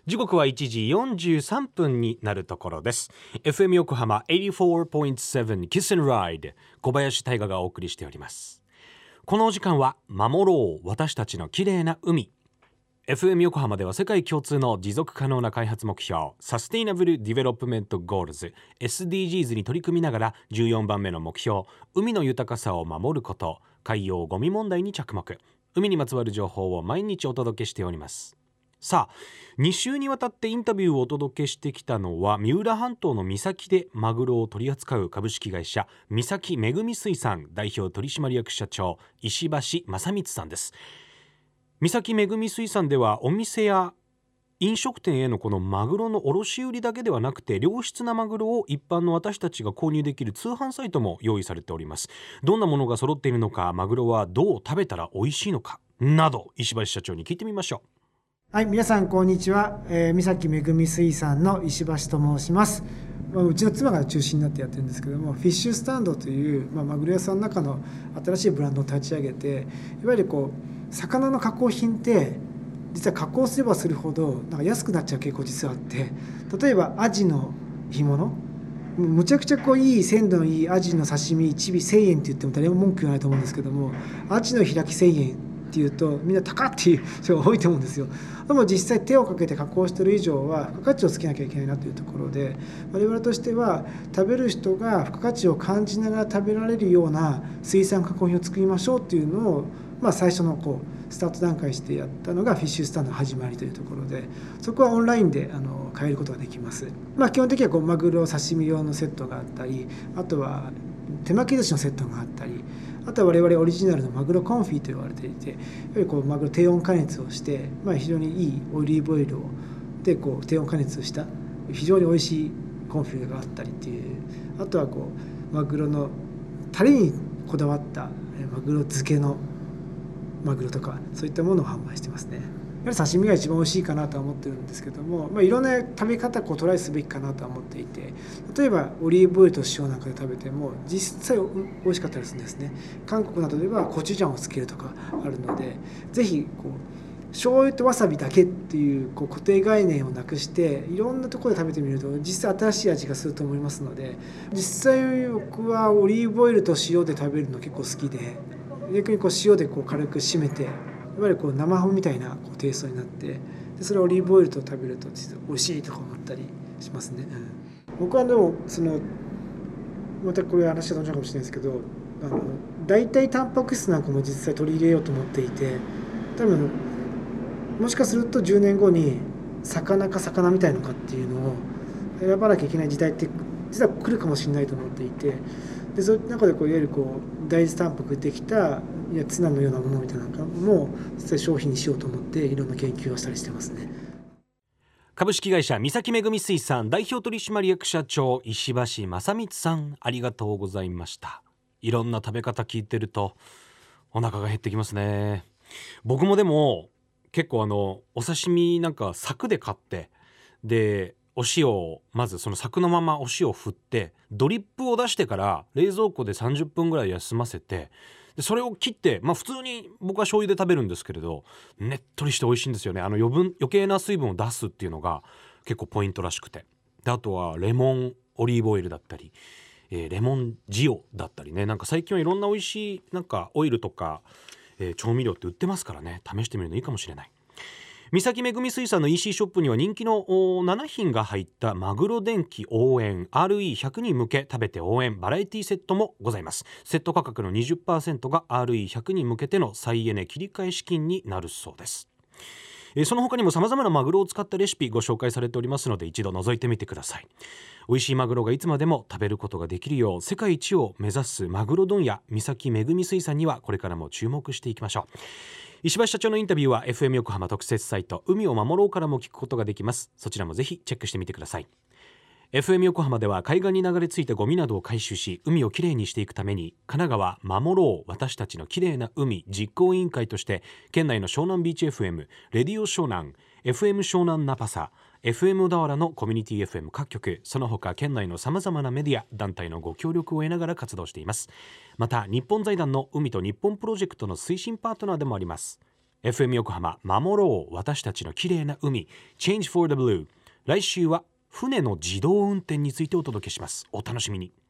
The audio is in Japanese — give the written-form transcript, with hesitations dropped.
時刻は1時43分になるところです。 FM 横浜 84.7 Kiss and Ride 小林大賀がお送りしております。このお時間は守ろう私たちの綺麗な海。 FM 横浜では世界共通の持続可能な開発目標サステイナブルディベロップメントゴールズ SDGs に取り組みながら14番目の目標海の豊かさを守ること、海洋ゴミ問題に着目、海にまつわる情報を毎日お届けしております。さあ、2週にわたってインタビューをお届けしてきたのは三浦半島の三崎でマグロを取り扱う株式会社三崎めぐみ水産代表取締役社長石橋正光さんです。三崎めぐみ水産ではお店や飲食店へのこのマグロの卸売だけではなくて良質なマグロを一般の私たちが購入できる通販サイトも用意されております。どんなものが揃っているのか、マグロはどう食べたら美味しいのかなど石橋社長に聞いてみましょう。 はい、皆さんこんにちは。三崎めぐみ水産の石橋と申します。うちの妻が中心になってやってるんですけども、フィッシュスタンドという、マグロ屋さんの中の新しいブランドを立ち上げて、いわゆる魚の加工品って実は加工すればするほど安くなっちゃう傾向実はあって、例えばアジの干物、むちゃくちゃいい鮮度のいいアジの刺身1尾1000円って言っても誰も文句言わないと思うんですけども、アジの開き1000円っていうとみんな高っていう人が多いと思うんですよ。でも実際手をかけて加工している以上は付加価値をつけなきゃいけないなというところで、我々としては食べる人が付加価値を感じながら食べられるような水産加工品を作りましょうっていうのを、最初のスタート段階してやったのがフィッシュスタンドの始まりというところで、そこはオンラインで買えることができます。基本的にはマグロ刺身用のセットがあったり、あとは手巻き寿司のセットがあったり、あとは我々オリジナルのマグロコンフィと言われていて、やはりマグロ低温加熱をして、非常にいいオリーブオイルで低温加熱した非常に美味しいコンフィがあったりっていう、あとはマグロのタレにこだわったマグロ漬けのマグロとか、そういったものを販売してますね。やはり刺身が一番美味しいかなとは思ってるんですけども、いろんな食べ方をトライすべきかなとは思っていて、例えばオリーブオイルと塩なんかで食べても実際美味しかったりするんですね。韓国などではコチュジャンをつけるとかあるので、ぜひ醤油とわさびだけっていう固定概念をなくして、いろんなところで食べてみると実際新しい味がすると思いますので、実際僕はオリーブオイルと塩で食べるの結構好きで、逆に塩で軽く締めて、いわゆる生ハムみたいなテイストになって、でそれをオリーブオイルと食べると実は美味しいとか思ったりしますね。僕はでもまたこれ話が飛んじゃうかもしれないですけど、代替タンパク質なんかも実際取り入れようと思っていて、多分もしかすると10年後に魚か魚みたいのかっていうのを選ばなきゃいけない時代って実は来るかもしれないと思っていて、でその中でいわゆる大豆タンパクできたツナのようなものみたいなのも実際商品にしようと思っていろんな研究をしたりしてますね。 株式会社三崎めぐみ水産代表取締役社長石橋正光さん、ありがとうございました。いろんな食べ方聞いてるとお腹が減ってきますね。僕もでも結構お刺身なんか柵で買って、でお塩をまずその柵のままお塩を振ってドリップを出してから冷蔵庫で30分ぐらい休ませて、でそれを切って、普通に僕は醤油で食べるんですけれど、ねっとりして美味しいんですよね。余計な水分を出すっていうのが結構ポイントらしくて、であとはレモンオリーブオイルだったり、レモン塩だったりね、なんか最近はいろんな美味しいなんかオイルとか、調味料って売ってますからね、試してみるのいいかもしれない。三崎めぐみ水産の EC ショップには人気の7品が入ったマグロ電気応援 RE100 人向け食べて応援バラエティセットもございます。セット価格の 20% が RE100 人向けての再エネ切り替え資金になるそうです。その他にも様々なマグロを使ったレシピご紹介されておりますので、一度覗いてみてください。美味しいマグロがいつまでも食べることができるよう世界一を目指すマグロ問屋三崎めぐみ水産にはこれからも注目していきましょう。石橋社長のインタビューは FM 横浜特設サイト海を守ろうからも聞くことができます。そちらもぜひチェックしてみてください。FM 横浜では海岸に流れ着いたゴミなどを回収し海をきれいにしていくために、神奈川守ろう私たちのきれいな海実行委員会として県内の湘南ビーチ FM、 レディオ湘南、 FM 湘南ナパサ、 FM 小田原のコミュニティ FM 各局、その他県内のさまざまなメディア団体のご協力を得ながら活動しています。また日本財団の海と日本プロジェクトの推進パートナーでもあります。 FM 横浜守ろう私たちの綺麗な海 Change for the Blue。 来週は船の自動運転についてお届けします。お楽しみに。